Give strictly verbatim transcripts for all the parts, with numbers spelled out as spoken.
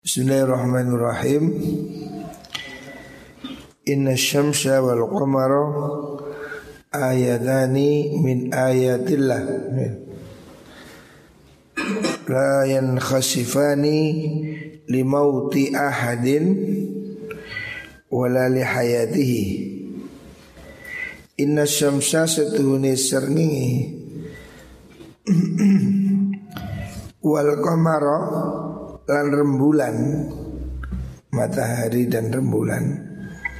Bismillahirrahmanirrahim. Inna syamsa wal qamara ayatani min ayatillah la yankhasifani limauti ahadin wala lihayatihi. Inna syamsa setuhuni serngi wal qamara lan rembulan, matahari dan rembulan,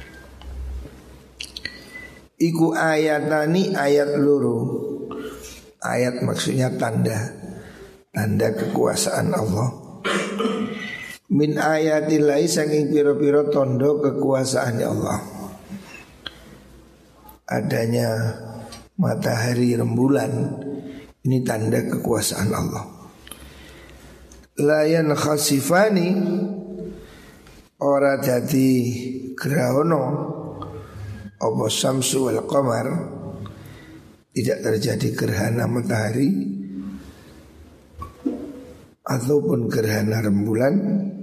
iku ayatani ayat luru. Ayat maksudnya tanda, tanda kekuasaan Allah. Min ayatillahi saking piro-piro tondo kekuasaan Allah. Adanya matahari rembulan ini tanda kekuasaan Allah. Layan khasifani ora dadi grahono apa samsu wal qamar, tidak terjadi gerhana matahari ataupun gerhana rembulan,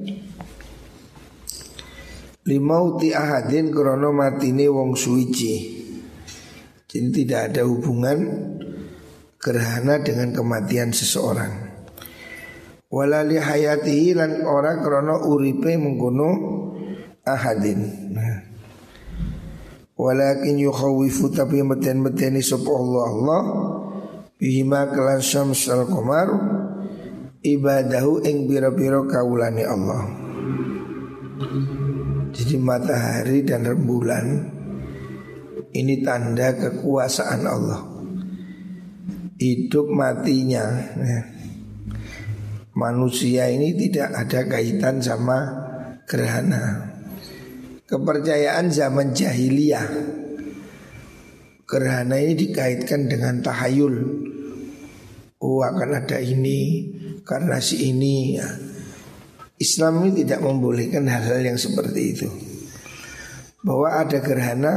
limauti ahadin krono matine wong suwiji. Jadi tidak ada hubungan gerhana dengan kematian seseorang. Wala li hayatihi lan ora krono uripe mengkono ahadin. Nah. Walakin yukhawifu tapi meten-meteni sapa Allah Allah bihima kelan syams al qamar ibadahu ing bira-bira kaulane Allah. Jadi matahari dan rembulan ini tanda kekuasaan Allah. Hidup matinya ya. Manusia ini tidak ada kaitan sama gerhana. Kepercayaan zaman jahiliyah, gerhana ini dikaitkan dengan tahayul. Oh akan ada ini karena si ini ya. Islam ini tidak membolehkan hal-hal yang seperti itu. Bahwa ada gerhana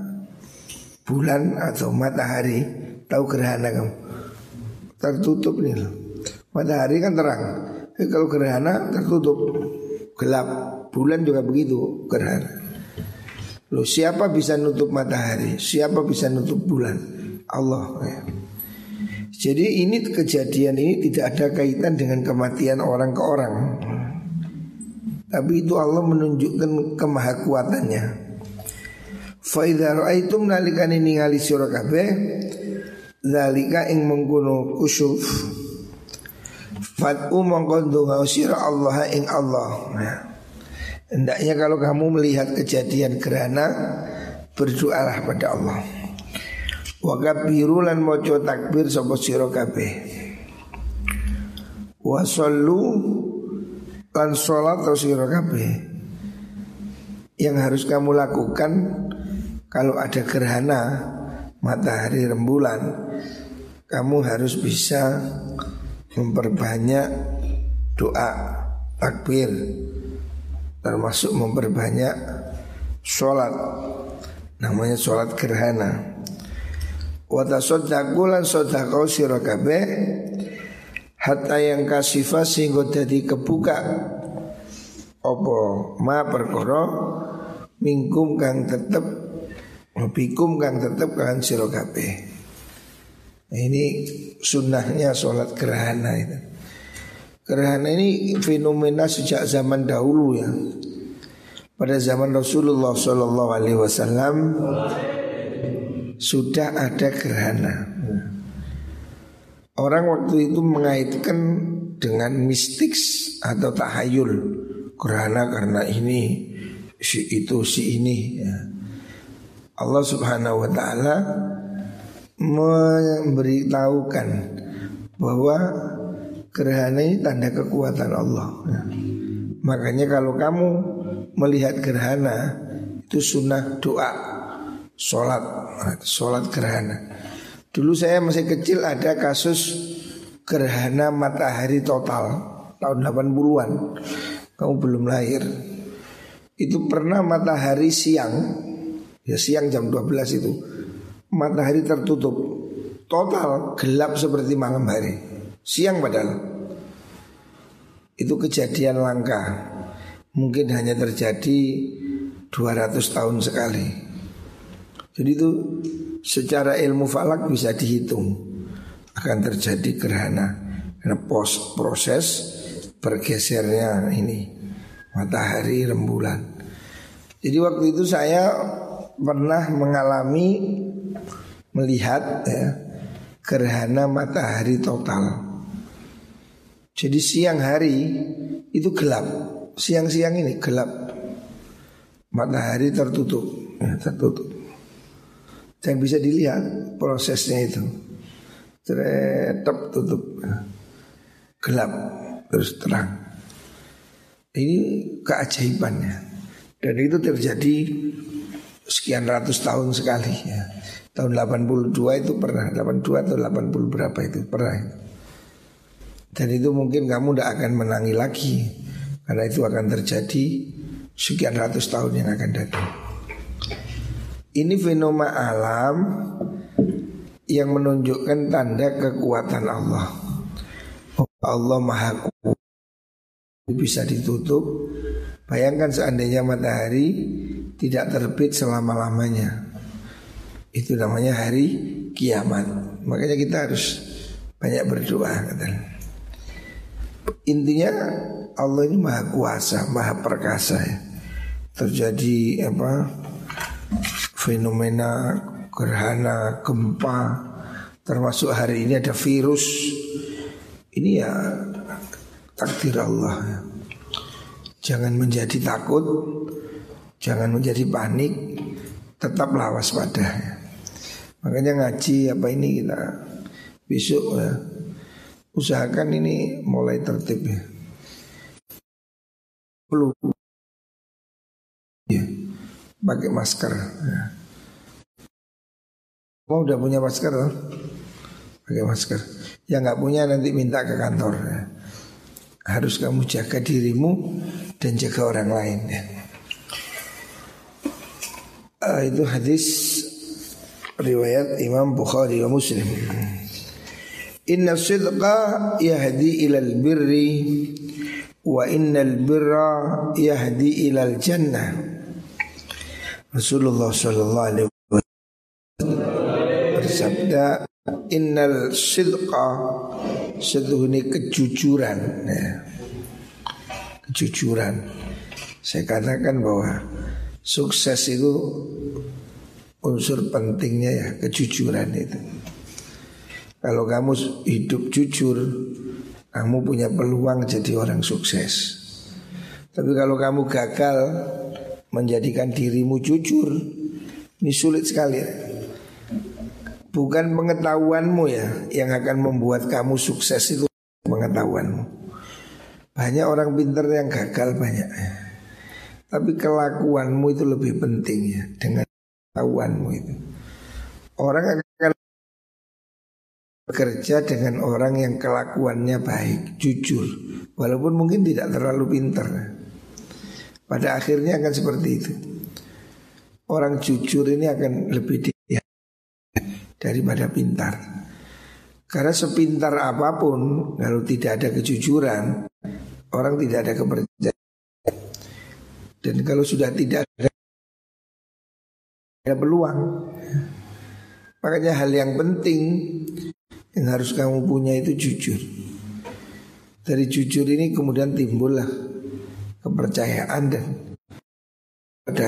bulan atau matahari. Tahu gerhana kamu? Tertutup nih loh. Matahari kan terang, tapi kalau gerhana tertutup, gelap. Bulan juga begitu, gerhana. Loh siapa bisa nutup matahari? Siapa bisa nutup bulan? Allah ya. Jadi ini kejadian ini tidak ada kaitan dengan kematian orang ke orang, tapi itu Allah menunjukkan kemahakuatannya. Fa idza ra'aitum nalikane ningali sira kabeh zalika ing mengkono kusuf Fat'u mongkon dunga usira Allah ing Allah. Nah, hendaknya kalau kamu melihat kejadian gerhana, berdoalah pada Allah. Wa kabiru lan maca takbir sapa sira kabeh. Wa shollu lan salat sira kabeh. Yang harus kamu lakukan kalau ada gerhana matahari rembulan, kamu harus bisa memperbanyak doa takbir, termasuk memperbanyak sholat, namanya sholat gerhana. Wa tasaddaqu lan sedekah sira kabeh hatta yang kasifa sehingga dadi kebuka apa ma perkara mingkum kang tetep bikum kang tetep kan sira kabeh. Ini sunnahnya sholat gerhana itu. Gerhana ini fenomena sejak zaman dahulu ya. Pada zaman Rasulullah Shallallahu Alaihi Wasallam sudah ada gerhana. Orang waktu itu mengaitkan dengan mistik atau tahayul. Gerhana karena ini, si itu, si ini ya. Allah Subhanahu Wa Taala memberitahukan bahwa gerhana ini tanda kekuatan Allah. Nah, makanya kalau kamu melihat gerhana itu sunnah doa, sholat, sholat gerhana. Dulu saya masih kecil ada kasus gerhana matahari total tahun delapan puluhan. Kamu belum lahir. Itu pernah matahari siang, ya siang jam dua belas itu. Matahari tertutup total, gelap seperti malam hari. Siang padahal. Itu kejadian langka. mungkin hanya terjadi dua ratus tahun sekali. Jadi itu secara ilmu falak bisa dihitung akan terjadi gerhana karena pos, proses bergesernya ini matahari rembulan. Jadi waktu itu saya pernah mengalami melihat ya, gerhana matahari total. Jadi siang hari itu gelap, siang-siang ini gelap, matahari tertutup, ya, tertutup. Dan bisa dilihat prosesnya itu, tetap tutup, ya. Gelap terus terang. Ini keajaibannya. Dan itu terjadi sekian ratus tahun sekali ya. Tahun delapan puluh dua itu pernah, delapan puluh dua atau delapan puluh berapa itu pernah. Dan itu mungkin kamu tidak akan menangi lagi, karena itu akan terjadi sekian ratus tahun yang akan datang. Ini fenomena alam yang menunjukkan tanda kekuatan Allah. Allah Maha Kuat, bisa ditutup. Bayangkan seandainya matahari tidak terbit selama-lamanya, itu namanya hari kiamat. Makanya kita harus banyak berdoa, katanya. Intinya Allah ini maha kuasa, maha perkasa ya. Terjadi apa fenomena gerhana, gempa, termasuk hari ini ada virus. Ini ya takdir Allah ya. Jangan menjadi takut, jangan menjadi panik, tetaplah waspada ya. Makanya ngaji apa ini kita besok ya, usahakan ini mulai tertib ya. Perlu ya, pakai masker ya. Kamu udah punya masker loh? Pakai masker. Yang nggak punya nanti minta ke kantor ya. Harus kamu jaga dirimu dan jaga orang lain ya. Uh, itu hadis riwayat Imam Bukhari wa Muslim. Inna sidqa yahdi ilal birri wa innal birra yahdi ilal jannah. Rasulullah sallallahu alaihi wasallam bersabda, innal sidqa, setuhuni kejujuran ya. Kejujuran. Saya katakan bahwa sukses itu unsur pentingnya ya kejujuran itu. Kalau kamu hidup jujur, kamu punya peluang jadi orang sukses. Tapi kalau kamu gagal menjadikan dirimu jujur, ini sulit sekali. Bukan pengetahuanmu ya yang akan membuat kamu sukses, itu pengetahuanmu. Banyak orang pintar yang gagal banyak ya. Tapi kelakuanmu itu lebih penting ya, dengan pengetahuanmu itu. Orang akan bekerja dengan orang yang kelakuannya baik, jujur, walaupun mungkin tidak terlalu pintar. Pada akhirnya akan seperti itu. Orang jujur ini akan lebih dilihat daripada pintar. Karena sepintar apapun, kalau tidak ada kejujuran, orang tidak ada kepercayaan. Dan kalau sudah tidak ada, ada peluang. Makanya hal yang penting yang harus kamu punya itu jujur. Dari jujur ini kemudian timbullah kepercayaan dan ada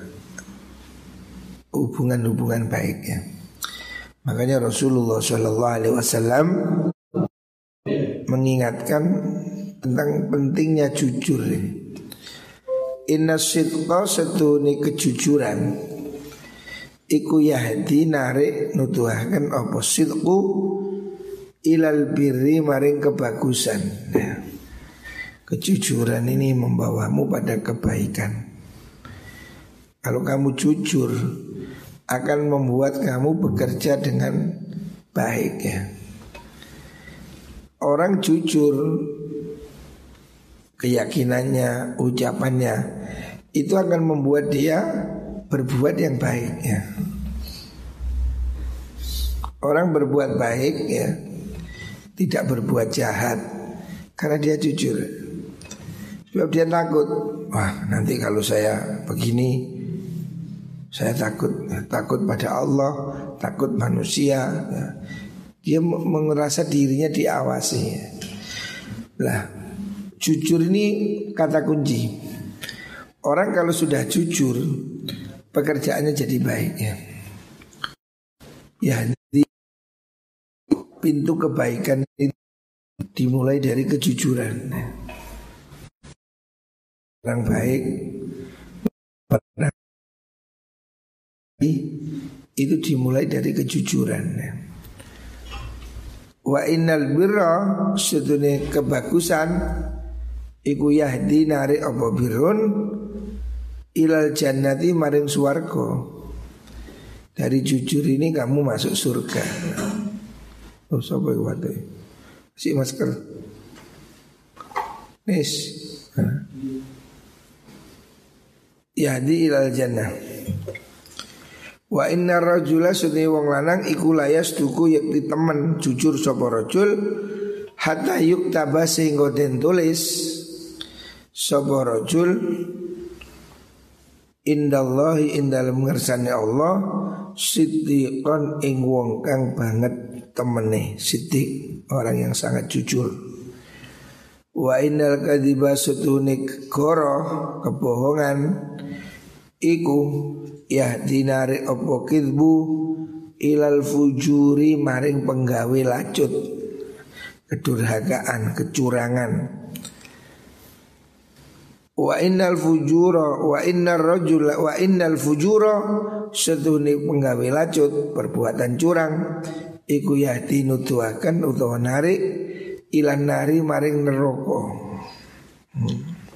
hubungan-hubungan baik ya. Makanya Rasulullah shallallahu alaihi wasallam mengingatkan tentang pentingnya jujur ini. Inna sidqa, setuni kejujuran, iku yahdi narik nuduhaken apa sidqu ilal birri maring kebagusan ya. Kejujuran ini membawamu pada kebaikan. Kalau kamu jujur akan membuat kamu bekerja dengan baik ya. Orang jujur, keyakinannya, ucapannya itu akan membuat dia berbuat yang baik ya. Orang berbuat baik ya, tidak berbuat jahat karena dia jujur. Sebab dia takut, wah nanti kalau saya begini, saya takut, takut pada Allah, takut manusia. Dia merasa dirinya diawasi. Lah, jujur ini kata kunci. Orang kalau sudah jujur, pekerjaannya jadi baik ya. Ya, jadi pintu kebaikan itu dimulai dari kejujuran. Orang baik itu dimulai dari kejujuran. Wa innal birra sedune kebagusan iku yahdi nari apa birrun ilal jannati maring swarga. Dari jujur ini kamu masuk surga. Oh sapa iku wae. Si masker. Nis. Yahdi ilal jannah. Wa inna rajula sunni wong lanang iku layas duku yakti temen jujur sapa rajul hatta yuktaba sehingga den tulis sapa rajul indallahi indal ngersane Allah siddiqon ing wong kang banget temene. Siddiq orang yang sangat jujur. Wa innal kadhiba sutunik goro kebohongan iku ya dinari opo kidbu ilal fujuri maring penggawe lacut, kedurhakaan, kecurangan. Wa innal fujura wa innar rajula wa innal fujura setuhni penggawe lacut perbuatan curang iku yahdi nuduhaken utawa narik ilan nari maring neraka. hmm.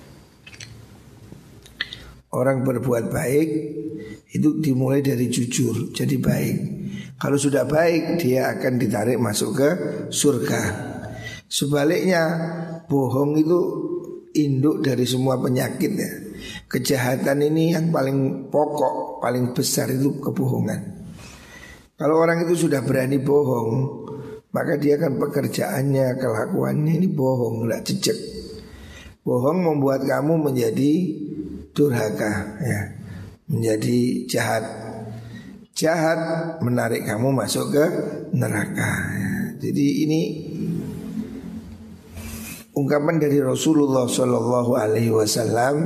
Orang berbuat baik itu dimulai dari jujur, jadi baik. Kalau sudah baik dia akan ditarik masuk ke surga. Sebaliknya bohong itu induk dari semua penyakit ya. Kejahatan ini yang paling pokok, paling besar itu kebohongan. Kalau orang itu sudah berani bohong, maka dia kan pekerjaannya, kelakuannya ini bohong, tidak jejak. Bohong membuat kamu menjadi durhaka ya, menjadi jahat. Jahat menarik kamu masuk ke neraka ya. Jadi ini ungkapan dari Rasulullah Shallallahu Alaihi Wasallam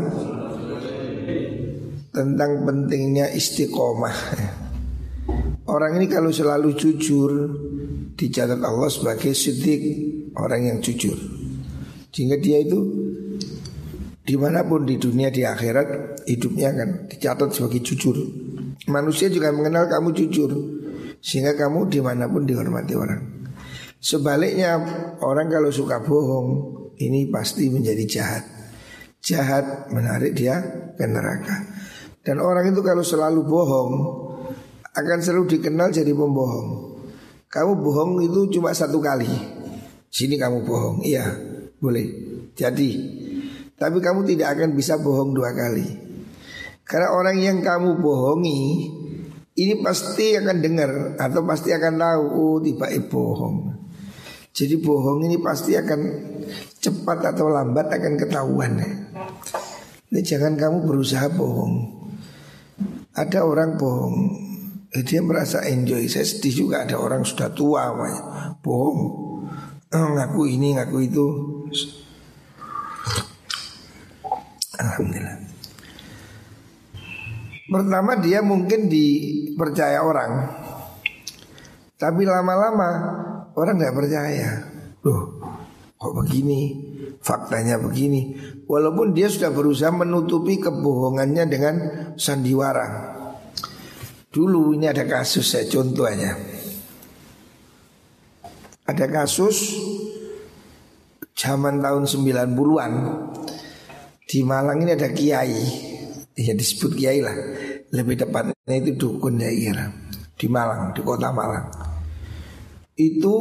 tentang pentingnya istiqomah. Orang ini kalau selalu jujur dicatat Allah sebagai siddiq, orang yang jujur. Sehingga dia itu dimanapun di dunia di akhirat hidupnya akan dicatat sebagai jujur. Manusia juga mengenal kamu jujur, sehingga kamu dimanapun dihormati orang. Sebaliknya orang kalau suka bohong ini pasti menjadi jahat. Jahat menarik dia ke neraka. Dan orang itu kalau selalu bohong akan selalu dikenal jadi pembohong. Kamu bohong itu cuma satu kali, sini kamu bohong, iya boleh jadi. Tapi kamu tidak akan bisa bohong dua kali. Karena orang yang kamu bohongi ini pasti akan dengar atau pasti akan tahu, oh tiba-tiba bohong. Jadi bohong ini pasti akan cepat atau lambat akan ketahuan. Ini jangan kamu berusaha bohong. Ada orang bohong, eh, dia merasa enjoy. Saya sedih juga ada orang sudah tua bohong, oh, ngaku ini ngaku itu. Alhamdulillah. Pertama dia mungkin dipercaya orang, tapi lama-lama orang tidak percaya. Loh kok begini, faktanya begini. Walaupun dia sudah berusaha menutupi kebohongannya dengan sandiwara. Dulu ini ada kasus, saya contoh aja. Ada kasus zaman tahun sembilan puluhan. Di Malang ini ada kiai, ya disebut kiai lah, lebih tepatnya itu dukun ya kira. Di Malang, di kota Malang. Itu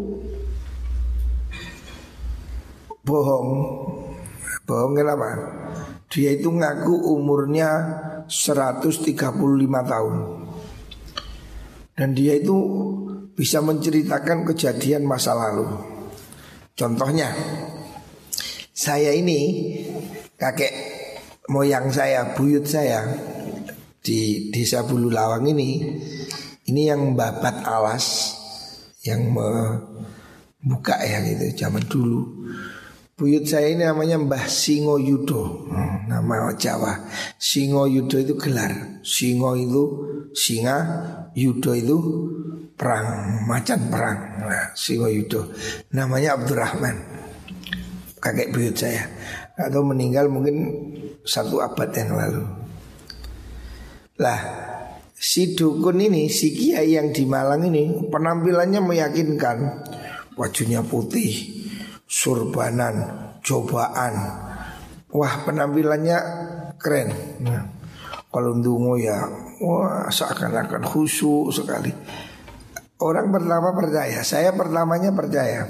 bohong. Bohong kenapa? Dia itu ngaku umurnya seratus tiga puluh lima tahun. Dan dia itu bisa menceritakan kejadian masa lalu. Contohnya, saya ini kakek moyang saya, buyut saya di desa Bululawang ini, ini yang babat alas, yang membuka ya gitu zaman dulu. Buyut saya ini namanya Mbah Singo Yudo, hmm, nama Jawa. Singo Yudo itu gelar. Singo itu singa, Yudo itu perang, macan perang. Nah, Singo Yudo. Namanya Abdurrahman, kakek buyut saya. Atau meninggal mungkin satu abad yang lalu. Lah, si dukun ini, si kiai yang di Malang ini penampilannya meyakinkan. Bajunya putih, surbanan, cobaan. Wah, penampilannya keren. Nah, kalau ndungo ya, wah seakan-akan khusyuk sekali. Orang pertama percaya, saya pertamanya percaya.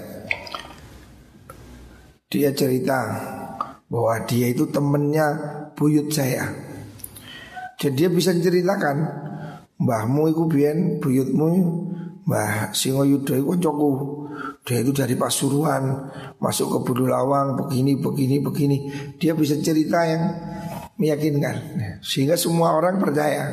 Dia cerita bahwa dia itu temennya buyut saya. Jadi dia bisa menceritakan, mbahmu iku biyen buyutmu Mbah Singo Yudo iku kancaku. Dia itu dari Pasuruan masuk ke Bululawang begini begini begini. Dia bisa cerita yang meyakinkan sehingga semua orang percaya.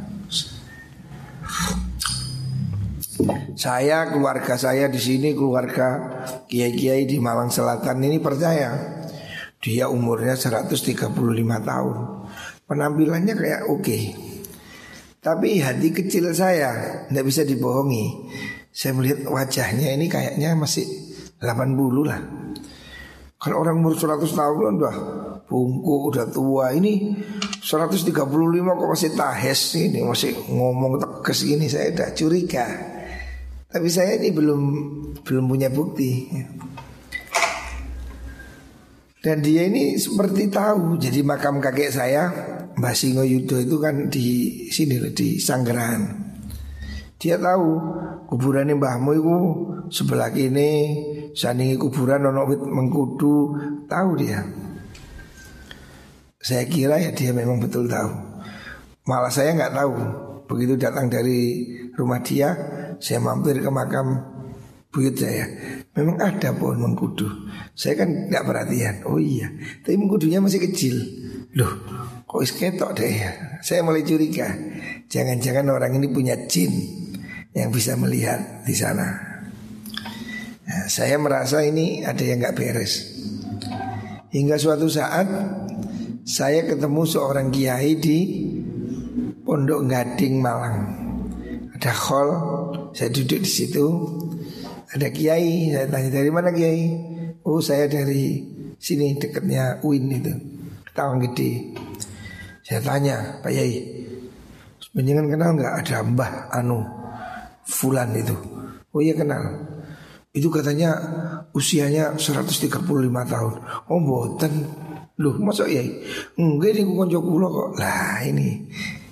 Saya, keluarga saya di sini, keluarga kiai-kiai di Malang Selatan ini percaya. Dia umurnya seratus tiga puluh lima tahun. Penampilannya kayak oke. Okay. Tapi hati kecil saya tidak bisa dibohongi. Saya melihat wajahnya ini kayaknya masih delapan puluh lah. Kalau orang umur seratus tahun udah bungkuk, udah tua. Ini seratus tiga puluh lima kok masih tahes ini, masih ngomong tegas gini. Saya udah curiga. Tapi saya ini belum belum punya bukti. Dan dia ini seperti tahu. Jadi makam kakek saya, Mbah Singo Yudo itu kan di sini loh, di Sanggerahan. Dia tahu kuburannya mbahmu itu sebelah kini, sandingi kuburan ono wit mengkudu, tahu dia. Saya kira ya dia memang betul tahu. Malah saya nggak tahu. Begitu datang dari rumah dia, saya mampir ke makam buyut saya. Memang ada pohon mengkudu. Saya kan nggak perhatian. Oh iya, tapi mengkudunya masih kecil. Loh, kok isketok deh ya. Saya mulai curiga. Jangan-jangan orang ini punya jin yang bisa melihat di sana. Nah, saya merasa ini ada yang nggak beres. Hingga suatu saat saya ketemu seorang kiai di Pondok Gading Malang. Ada hall, saya duduk di situ. Ada kiai, saya tanya dari mana kiai? Oh saya dari sini dekatnya U I N itu, Tawang Gede. Saya tanya, Pak Yai, menjenengan kenal nggak ada Mbah Anu Fulan itu? Oh iya kenal. Itu katanya usianya seratus tiga puluh lima tahun. Oh boten. Loh masuk Yai? Enggak ini konco kula kok. Lah ini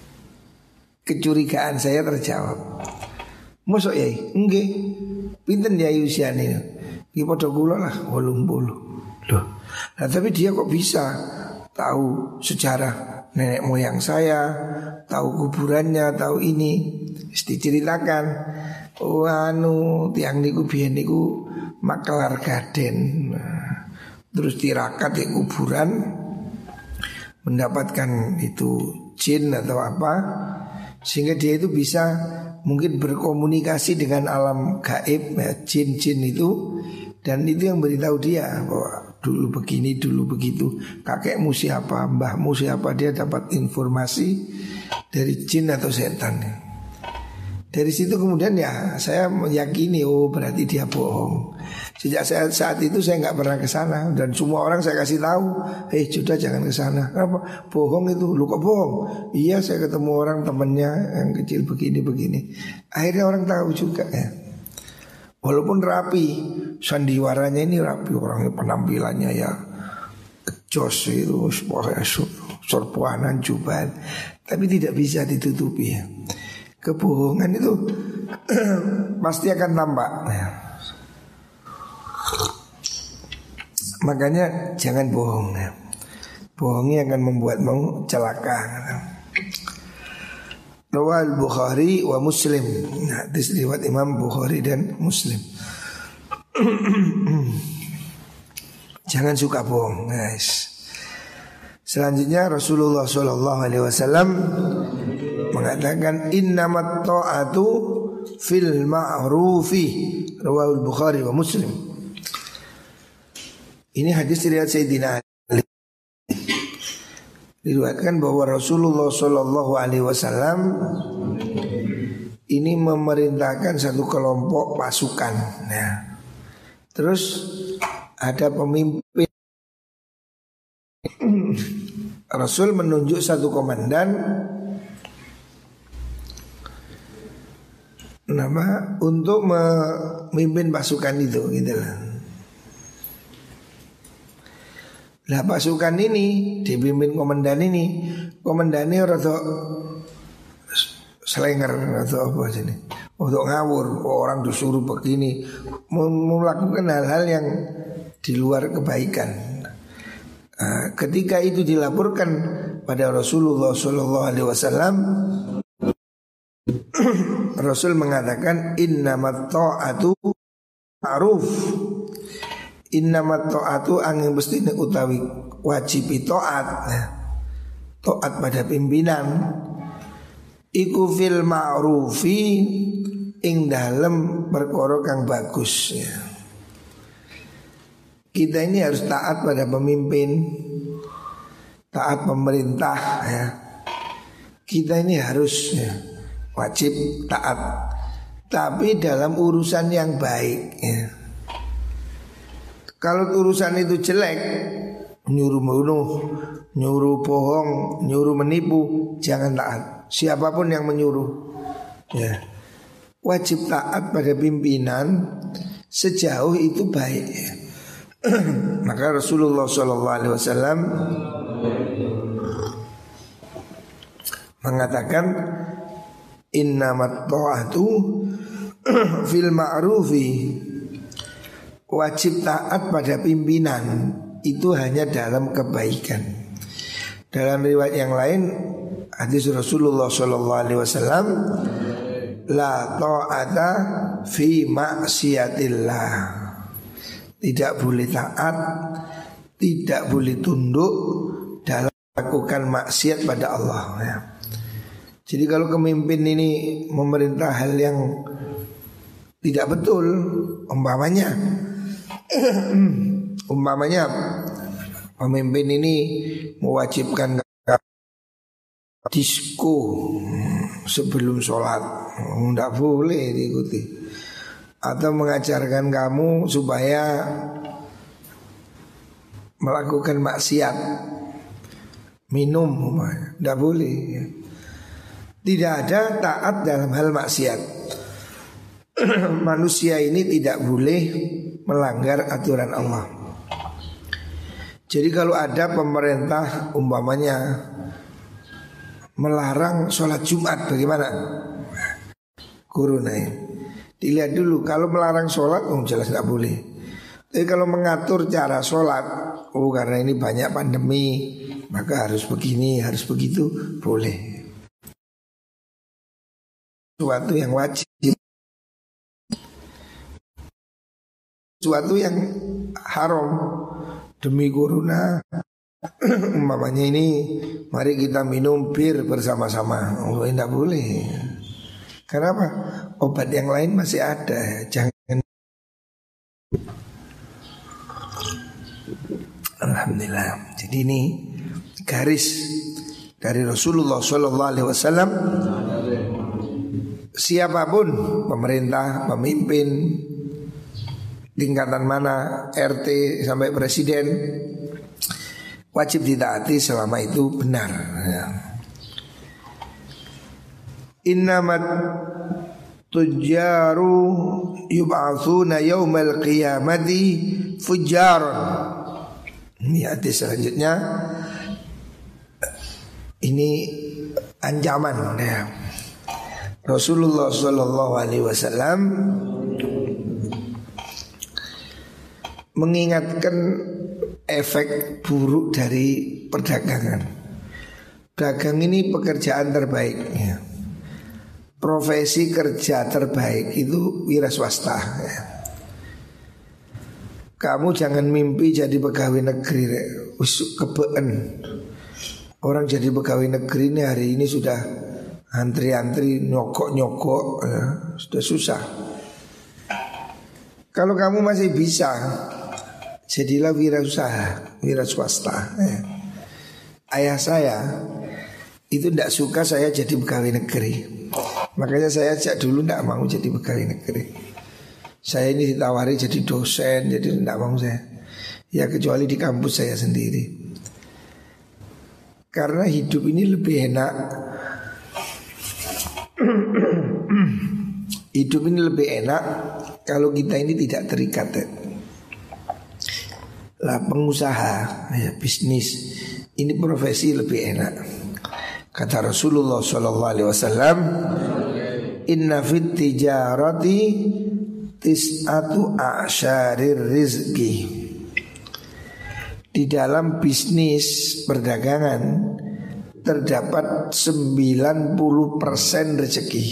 kecurigaan saya terjawab. Masuk Yai? Enggak. Pinten Yai usianya? Iki padha kula lah wolung puluh. Loh. Nah tapi dia kok bisa tahu sejarah nenek moyang saya, tahu kuburannya, tahu ini. Diceritakan, oh anu tiang niku biyen niku makelar gaden. Nah, terus tirakat di kuburan mendapatkan itu jin atau apa, sehingga dia itu bisa mungkin berkomunikasi dengan alam gaib ya, jin-jin itu. Dan itu yang beritahu dia bahwa dulu begini, dulu begitu. Kakekmu siapa, mbahmu siapa. Dia dapat informasi dari jin atau setan. Dari situ kemudian ya saya meyakini, oh berarti dia bohong. Sejak saat, saat itu saya nggak pernah ke sana. Dan semua orang saya kasih tahu, eh sudah jangan ke sana. Kenapa? Bohong itu. Lu kok bohong? Iya saya ketemu orang temannya yang kecil begini-begini. Akhirnya orang tahu juga ya. Walaupun rapi, sandiwaranya ini rapi, orangnya penampilannya ya jos itu, sorpuanan jubahan, tapi tidak bisa ditutupi ya. Kebohongan itu pasti akan tampak ya. Makanya jangan bohong ya. Bohongnya akan membuatmu celaka. Rawal Bukhari wa Muslim. Nah, hadis riwayat Imam Bukhari dan Muslim. Jangan suka bohong, guys. Selanjutnya Rasulullah Shallallahu Alaihi Wasallam mengatakan innamat ta'atu fil ma'rufi, rawahul Bukhari wa Muslim. Ini hadis riwayat Sayyidina Ali. Diriwayatkan bahwa Rasulullah Shallallahu Alaihi Wasallam ini memerintahkan satu kelompok pasukan. Nah, terus ada pemimpin. Rasul menunjuk satu komandan nama untuk memimpin pasukan itu, gitu lah. Lah pasukan ini dipimpin komandan ini, komandannya rada selenger atau apa sini, untuk ngawur, orang disuruh begini, melakukan hal-hal yang di luar kebaikan. Nah, ketika itu dilaporkan pada Rasulullah Shallallahu Alaihi Wasallam, Rasul mengatakan innamat ta'atu ma'ruf. Innamat ta'atu angin mesti utawi wajib taat. Taat pada pimpinan iku fil ma'rufi ing dalem perkara kang bagus ya. Kita ini harus taat pada pemimpin, taat pemerintah ya. Kita ini harus ya, wajib taat, tapi dalam urusan yang baik ya. Kalau urusan itu jelek, nyuruh bunuh, nyuruh bohong, nyuruh menipu, jangan taat. Siapapun yang menyuruh ya. Wajib taat pada pimpinan sejauh itu baik ya. Maka Rasulullah Shallallahu Alaihi Wasallam mengatakan innamat ta'atu fil ma'rufi, wajib taat pada pimpinan itu hanya dalam kebaikan. Dalam riwayat yang lain hadis Rasulullah Shallallahu Alaihi Wasallam, la ta'ata fi maksiatillah, tidak boleh taat, tidak boleh tunduk dalam melakukan maksiat pada Allah ya. Jadi kalau pemimpin ini memerintah hal yang tidak betul, umpamanya umpamanya pemimpin ini mewajibkan disko sebelum sholat, tidak boleh diikuti. Atau mengajarkan kamu supaya melakukan maksiat, minum, tidak boleh. Tidak ada taat dalam hal maksiat. Manusia ini tidak boleh melanggar aturan Allah. Jadi kalau ada pemerintah umpamanya melarang sholat Jumat, bagaimana? Corona ini dilihat dulu. Kalau melarang sholat, oh jelas tidak boleh. Tapi kalau mengatur cara sholat, oh karena ini banyak pandemi, maka harus begini, harus begitu, boleh. Suatu yang wajib, suatu yang haram demi corona. Umpamanya ini, mari kita minum bir bersama-sama, oh tidak boleh. Kenapa? Obat yang lain masih ada. Jangan. Alhamdulillah. Jadi ini garis dari Rasulullah Shallallahu Alaihi Wasallam. Siapapun pemerintah, pemimpin, tingkatan mana, R T sampai presiden, wajib ditaati selama itu benar ya. Innamat tujaru yub'atsuna yaumal qiyamati fujaron. Ini hadis selanjutnya. Ini ancaman ya. Rasulullah Shallallahu Alaihi Wasallam mengingatkan efek buruk dari perdagangan. Dagang ini pekerjaan terbaik ya. Profesi kerja terbaik itu wira swasta ya. Kamu jangan mimpi jadi pegawai negeri, usuk kebeen. Orang jadi pegawai negeri ini hari ini sudah antri-antri, nyokok-nyokok ya, sudah susah. Kalau kamu masih bisa, jadilah wirausaha, wira swasta ya. Ayah saya itu tidak suka saya jadi pegawai negeri. Makanya saya sejak dulu tidak mau jadi pegawai negeri. Saya ini ditawari jadi dosen, jadi tidak mau saya. Ya kecuali di kampus saya sendiri. Karena hidup ini lebih enak. Hidup ini lebih enak kalau kita ini tidak terikat ya. Lah pengusaha ya, bisnis ini profesi lebih enak. Kata Rasulullah shallallahu alaihi wasallam, inna fit tijarati tis'atu a'syarir rizki. Di dalam bisnis perdagangan terdapat sembilan puluh persen rezeki.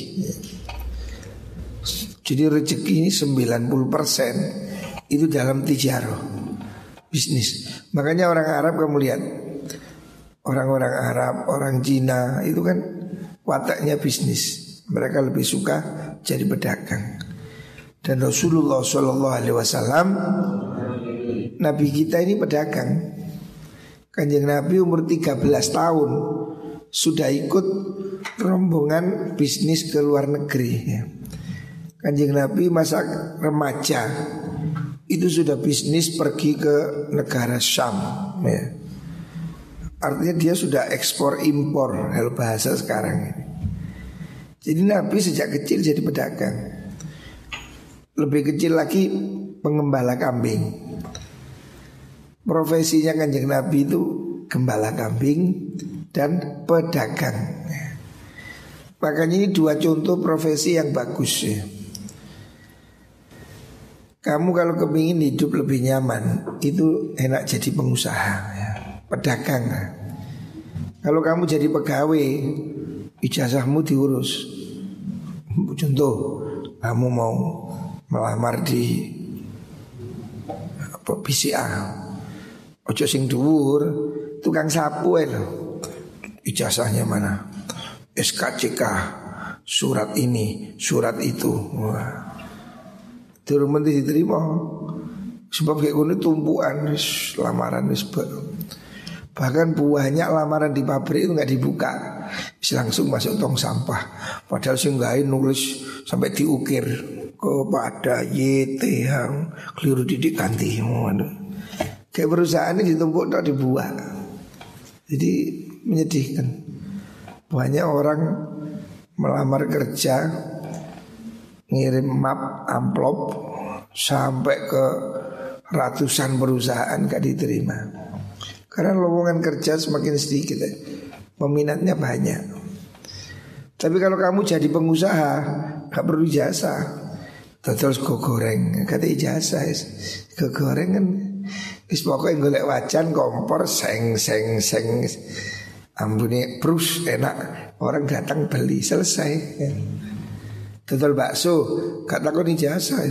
Jadi rezeki ini sembilan puluh persen itu dalam tijarah, bisnis. Makanya orang Arab kamu lihat, orang-orang Arab, orang Cina itu kan wataknya bisnis. Mereka lebih suka jadi pedagang. Dan Rasulullah shallallahu alaihi wasallam, Nabi kita ini pedagang. Kanjeng Nabi umur tiga belas tahun sudah ikut rombongan bisnis ke luar negeri ya. Kanjeng Nabi masa remaja itu sudah bisnis pergi ke negara Syam ya. Artinya dia sudah ekspor impor kalau bahasa sekarang ini. Jadi Nabi sejak kecil jadi pedagang. Lebih kecil lagi pengembala kambing. Profesinya Kanjeng Nabi itu gembala kambing dan pedagang. Makanya ini dua contoh profesi yang bagus ya. Kamu kalau kepingin hidup lebih nyaman, itu enak jadi pengusaha ya, pedagang. Kalau kamu jadi pegawai, ijazahmu diurus. Contoh, kamu mau melamar di apa, B C A, ojo sing dhuwur, tukang sapu lho. Ijazahnya mana? S K C K, surat ini, surat itu. Wah. Durung mesti diterima. Sebab kayak gini tumpuan lamaran wis. Bahkan banyak lamaran di pabrik itu nggak dibuka, langsung masuk tong sampah. Padahal sing gawe nulis sampai diukir kepada Y T H, keliru didik ganti. Kayak perusahaan ini ditumpuk tak dibuat. Jadi menyedihkan. Banyak orang melamar kerja, ngirim map amplop sampai ke ratusan perusahaan gak diterima. Karena lowongan kerja semakin sedikit ya. Peminatnya banyak. Tapi kalau kamu jadi pengusaha gak perlu jasa. Terus go goreng, kata ijazah go goreng kan wis pokoknya golek wajan kompor seng seng seng ambune prus enak, orang datang beli selesai ya. Total bakso gak takut ijazah.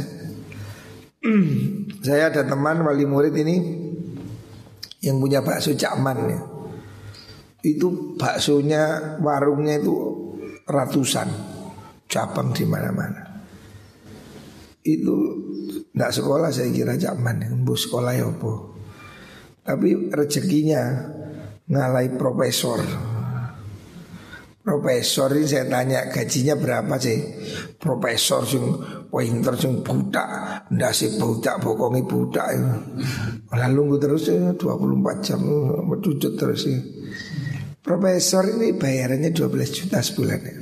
Saya ada teman wali murid ini yang punya bakso Cakman ya. Itu baksonya warungnya itu ratusan cabang di mana-mana. Itu nggak sekolah saya kira Cakman, bu sekolah ya apa. Tapi rezekinya ngalai profesor. Profesor ini saya tanya gajinya berapa sih? Profesor sing pinter sing budak, ndase budak bokongi budak itu. Malah lungguh terus ya dua puluh empat jam medudut terus ya. Profesor ini bayarannya dua belas juta sebulan ya.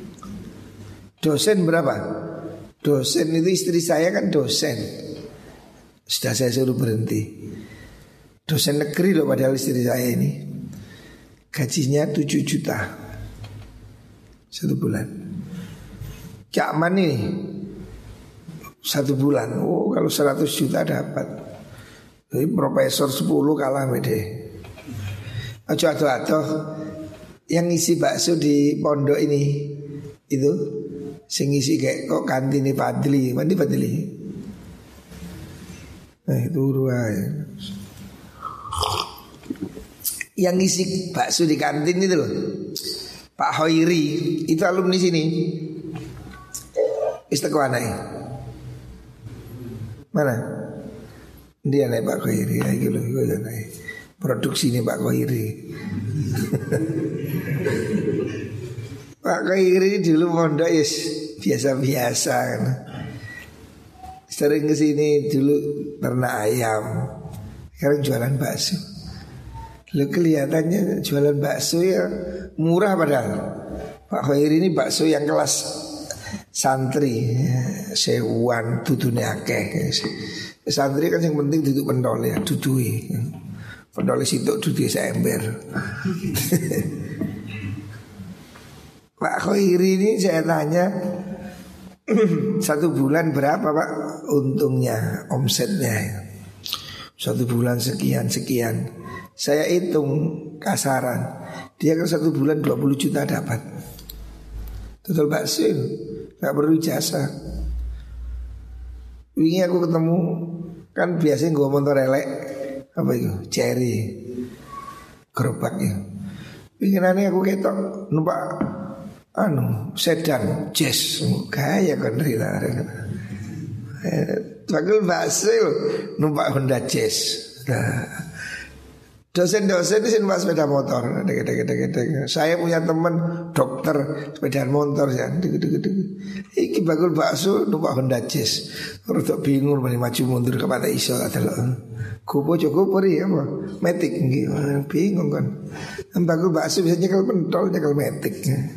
Dosen berapa? Dosen itu istri saya kan dosen. Sudah saya suruh berhenti. Dosen negeri loh padahal istri saya ini. Gajinya tujuh juta satu bulan. Cakman ini satu bulan. Oh kalau seratus juta dapat. Jadi profesor sepuluh kalah mede. Aduh aduh aduh. Yang ngisi bakso di pondok ini itu sing ngisi kayak kok kantine Fadli, mandi Fadli. Nah itu ruai. Yang ngisi bakso di kantin itu loh, Pak Hoiri, itu alumni sini. Istiqomah mana? Dia naik Pak Hoiri, ya gitu loh, naik. Produksi ini Pak Hoiri. Pak Hoiri dulu mondok yes, biasa-biasa kan. Sering kesini dulu ternak ayam, sekarang jualan bakso. Lalu kelihatannya jualan bakso ya murah padahal. Pak Khairi ini bakso yang kelas santri, sewuan dudune akeh. Santri kan yang penting duduk pentol ya, dudui. Pentol situ dudui seember. Pak Khairi ini saya tanya, satu bulan berapa Pak untungnya, omsetnya? Satu bulan sekian sekian. Saya hitung kasaran, dia kan satu bulan dua puluh juta dapat. Total bakso, gak perlu jasa. Wingi aku ketemu, kan biasanya gue motor elek, apa itu, cherry, gerobaknya. Wingi nane aku ketok numpak anu sedan jazz, gaya kan rila. Bagul bakso numpak Honda Jazz. Nah, dosen-dosen di sini numpak sepeda motor. Saya punya teman dokter sepeda motor ya. Iki bagul bakso numpak Honda Jazz. Rodok bingung meni maju mundur ke mata iso adalah. Kupo cukup peri apa? Metik bingung kan. Bagul bakso bisa nyekel pentol, nyekel metik.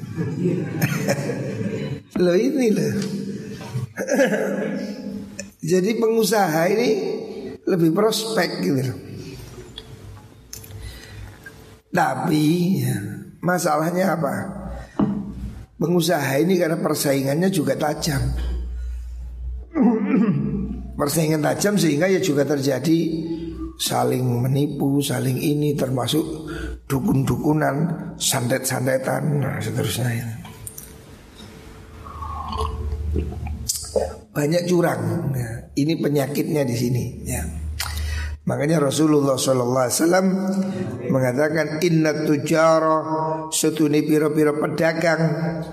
Loh ini loh. Jadi pengusaha ini lebih prospek gitu loh. Tapi ya, masalahnya apa? Pengusaha ini karena persaingannya juga tajam. Persaingan tajam sehingga ya juga terjadi saling menipu, saling ini, termasuk dukun-dukunan, santet-santetan, nah seterusnya ya. Banyak curang ya. Ini penyakitnya di sini ya. Makanya Rasulullah shallallahu alaihi wasallam mengatakan inna tujara setuni piro-piro pedagang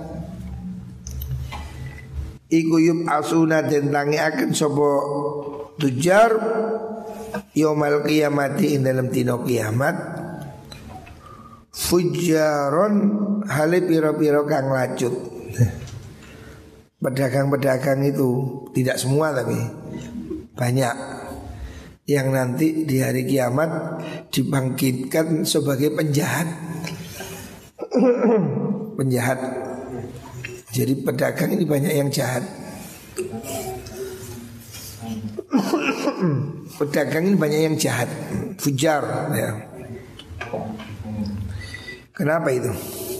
iku yub asuna den tangi akan sobo tujar yaumal qiyamati ing dalam dina kiamat fujaron hale piro-piro kang lacut. Pedagang-pedagang itu tidak semua tapi banyak yang nanti di hari kiamat dibangkitkan sebagai penjahat. Penjahat. Jadi pedagang ini banyak yang jahat. Pedagang ini banyak yang jahat, fujar ya. Kenapa itu?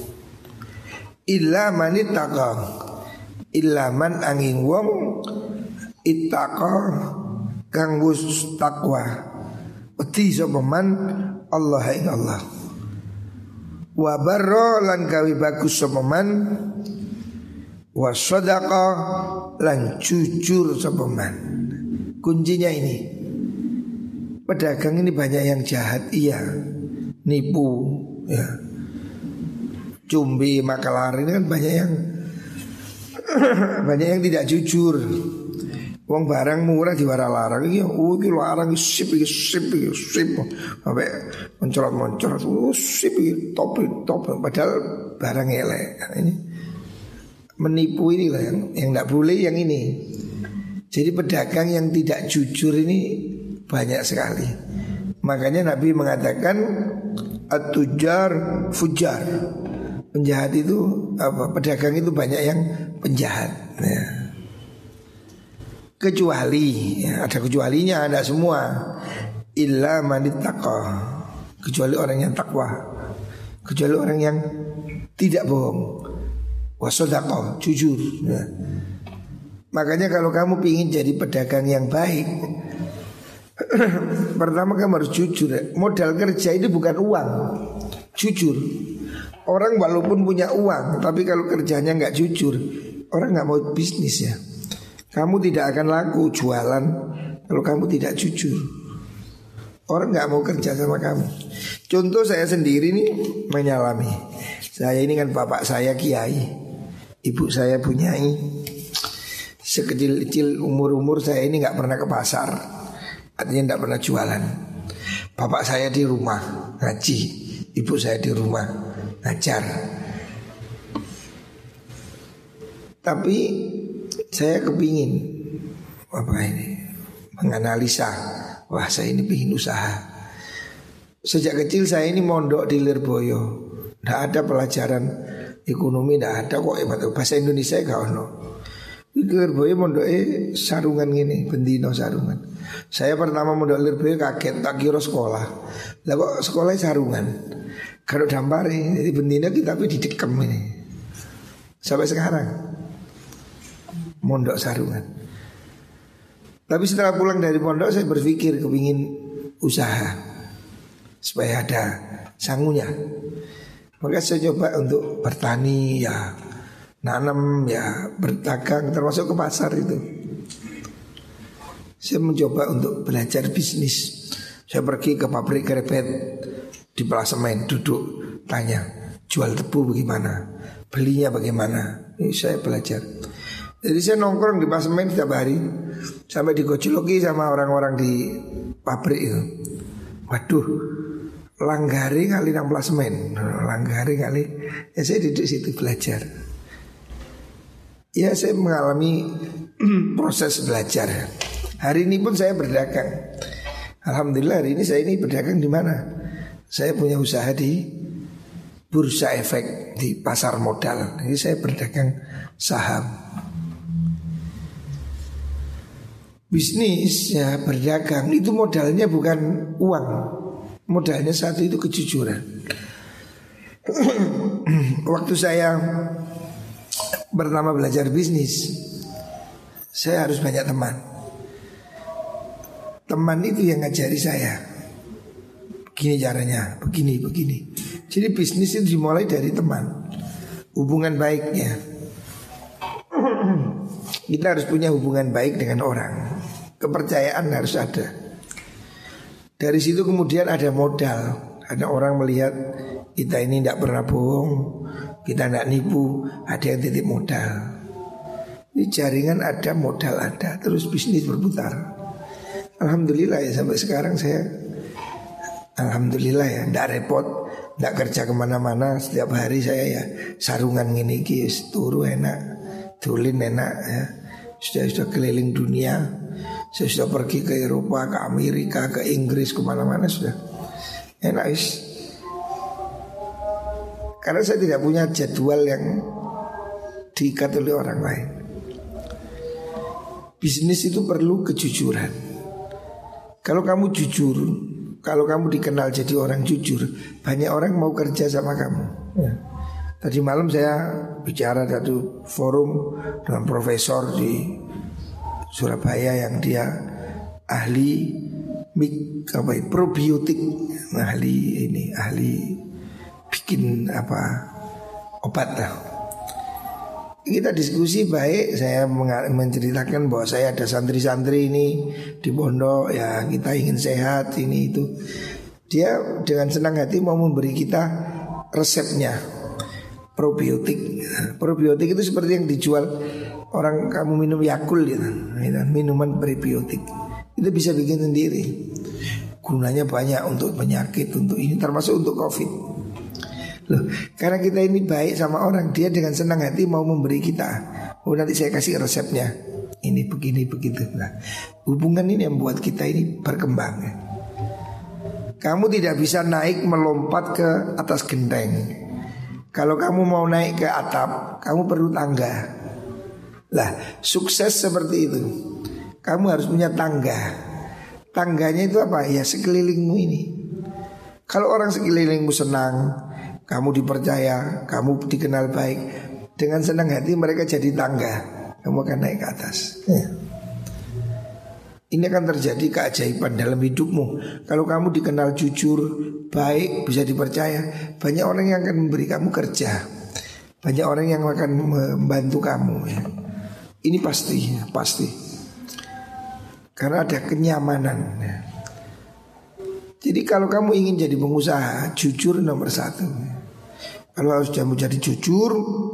Illa manittaqa, illa man angin wong ittaqa kang wis takwa. Wedi sapa man Allah ing Allah. Wa barra lan gawe bagus sapa man wa sadaqa lan jujur sapa man. Kuncinya ini. Pedagang ini banyak yang jahat, iya. Nipu, ya. Cumbi, makelar ini kan banyak yang banyak yang tidak jujur. Wong barang murah diwara-larang iki, oh iki larang sip iki sip iki sip. Sampai mencolot-mencolot, oh sip iki top top padahal barang elek. Ini menipu ini lah yang yang enggak boleh yang ini. Jadi pedagang yang tidak jujur ini banyak sekali. Makanya Nabi mengatakan at-tujar fujar. Penjahat itu apa? Pedagang itu banyak yang penjahat. Ya. Kecuali ya, ada kecualinya, ada semua. Illa manittaqa. Kecuali orang yang takwa. Kecuali orang yang tidak bohong. Wasodaqah, jujur. Ya. Makanya kalau kamu ingin jadi pedagang yang baik, pertama kamu harus jujur. Modal kerja ini bukan uang, jujur. Orang walaupun punya uang, tapi kalau kerjanya nggak jujur, orang nggak mau bisnis ya. Kamu tidak akan laku jualan kalau kamu tidak jujur. Orang nggak mau kerja sama kamu. Contoh saya sendiri nih menyalami. Saya ini kan bapak saya kiai, ibu saya bunyai. Sekecil-kecil umur-umur saya ini gak pernah ke pasar, artinya gak pernah jualan. Bapak saya di rumah ngaji, ibu saya di rumah ngajar. Tapi saya kepingin apa ini menganalisa, wah saya ini pingin usaha. Sejak kecil saya ini mondok di Lirboyo, tidak ada pelajaran ekonomi, tidak ada kok bahasa Indonesia gak ono. Di Lirboyo mondok eh sarungan gini, bendino sarungan. Saya pertama mondok Lirboyo kaget, tak kira sekolah. Lah kok sekolahnya sarungan. Kalau dampari, jadi bendino kita tapi didekem ini. Sampai sekarang mondok sarungan. Tapi setelah pulang dari pondok saya berpikir kepingin usaha supaya ada sangunya. Maka saya coba untuk bertani ya, nanam ya, berdagang termasuk ke pasar itu. Saya mencoba untuk belajar bisnis. Saya pergi ke pabrik kerepet di Pelasemen, duduk tanya jual tebu bagaimana, belinya bagaimana. Ini saya belajar. Jadi saya nongkrong di Pelasemen setiap hari sampai digojoloki sama orang-orang di pabrik itu. Waduh, langgari kali nang Pelasemen, langgari kali. Ya saya duduk situ belajar. Ya saya mengalami proses belajar. Hari ini pun saya berdagang. Alhamdulillah hari ini saya ini berdagang di mana? Saya punya usaha di bursa efek di pasar modal. Jadi saya berdagang saham. Bisnis ya berdagang itu modalnya bukan uang. Modalnya satu itu kejujuran. Waktu saya pertama belajar bisnis, saya harus banyak teman. Teman itu yang ngajari saya. Begini caranya, begini, begini. Jadi bisnis itu dimulai dari teman. Hubungan baiknya. Kita harus punya hubungan baik dengan orang. Kepercayaan harus ada. Dari situ kemudian ada modal. Ada orang melihat kita ini tidak pernah bohong, kita tidak nipu, ada yang titip modal. Di jaringan ada, modal ada, terus bisnis berputar. Alhamdulillah ya sampai sekarang saya alhamdulillah ya, tidak repot, tidak kerja kemana-mana. Setiap hari saya ya sarungan gini guys, turu enak, tulin enak ya. Sudah sudah keliling dunia. Saya sudah pergi ke Eropa, ke Amerika, ke Inggris, kemana-mana sudah enak is. Karena saya tidak punya jadwal yang diikat oleh orang lain. Bisnis itu perlu kejujuran. Kalau kamu jujur, kalau kamu dikenal jadi orang jujur, banyak orang mau kerja sama kamu ya. Tadi malam saya bicara satu forum dengan profesor di Surabaya yang dia ahli mik apa ya, probiotik, ahli ini ahli bikin apa obat lah. Kita diskusi baik, saya menceritakan bahwa saya ada santri-santri ini di pondok ya, kita ingin sehat ini itu. Dia dengan senang hati mau memberi kita resepnya probiotik. Probiotik itu seperti yang dijual orang kamu minum Yakult gitu, minuman probiotik. Itu bisa bikin sendiri. Gunanya banyak untuk penyakit, untuk ini termasuk untuk COVID. Loh, karena kita ini baik sama orang, dia dengan senang hati mau memberi kita. Oh nanti saya kasih resepnya, ini begini begitu. Nah, hubungan ini yang membuat kita ini berkembang ya. Kamu tidak bisa naik melompat ke atas genteng. Kalau kamu mau naik ke atap, kamu perlu tangga. Lah, sukses seperti itu. Kamu harus punya tangga. Tangganya itu apa? Ya sekelilingmu ini. Kalau orang sekelilingmu senang, kamu dipercaya, kamu dikenal baik, dengan senang hati mereka jadi tangga. Kamu akan naik ke atas ya. Ini akan terjadi keajaiban dalam hidupmu. Kalau kamu dikenal jujur, baik, bisa dipercaya, banyak orang yang akan memberi kamu kerja, banyak orang yang akan membantu kamu ya. Ini pasti, pasti. Karena ada kenyamanan ya. Jadi kalau kamu ingin jadi pengusaha, jujur nomor satu. Kalau harus kamu jadi jujur,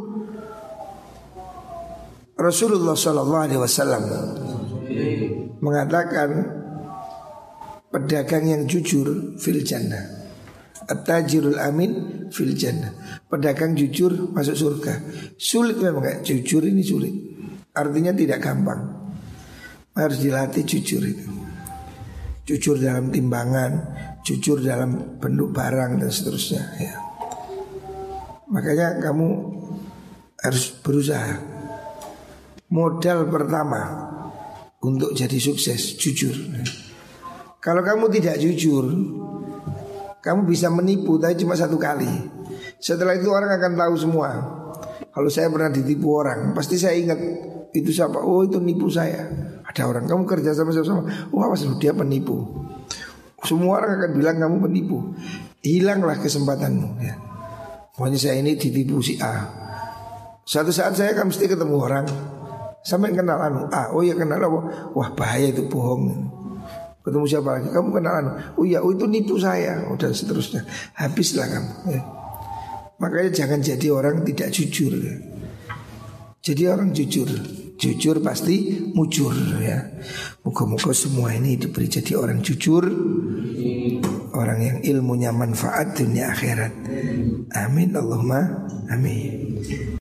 Rasulullah shallallahu alaihi wasallam mengatakan pedagang yang jujur fil jannah, at-tajirul amin fil jannah. Pedagang jujur masuk surga. Sulit memang kayak jujur ini sulit. Artinya tidak gampang. Harus dilatih jujur itu. Jujur dalam timbangan, jujur dalam bentuk barang dan seterusnya ya. Makanya kamu harus berusaha. Modal pertama untuk jadi sukses jujur. Kalau kamu tidak jujur, kamu bisa menipu tapi cuma satu kali. Setelah itu orang akan tahu semua. Kalau saya pernah ditipu orang, pasti saya ingat itu siapa. Oh itu nipu saya. Ada orang kamu kerja sama sama. Wah oh, dia penipu. Semua orang akan bilang kamu penipu. Hilanglah kesempatanmu ya. Pokoknya saya ini ditipu si A. Suatu saat saya akan mesti ketemu orang sampai kenal anu A. Oh ya kenal apa? Wah bahaya itu bohong. Ketemu siapa lagi? Kamu kenal anu? Oh ya oh itu nipu saya. Oh, dan seterusnya. Habislah kamu ya. Makanya jangan jadi orang tidak jujur ya. Jadi orang jujur. Jujur pasti mujur ya. Moga-moga semua ini diberi jadi orang jujur, orang yang ilmunya manfaat dunia akhirat. Amin Allahumma amin.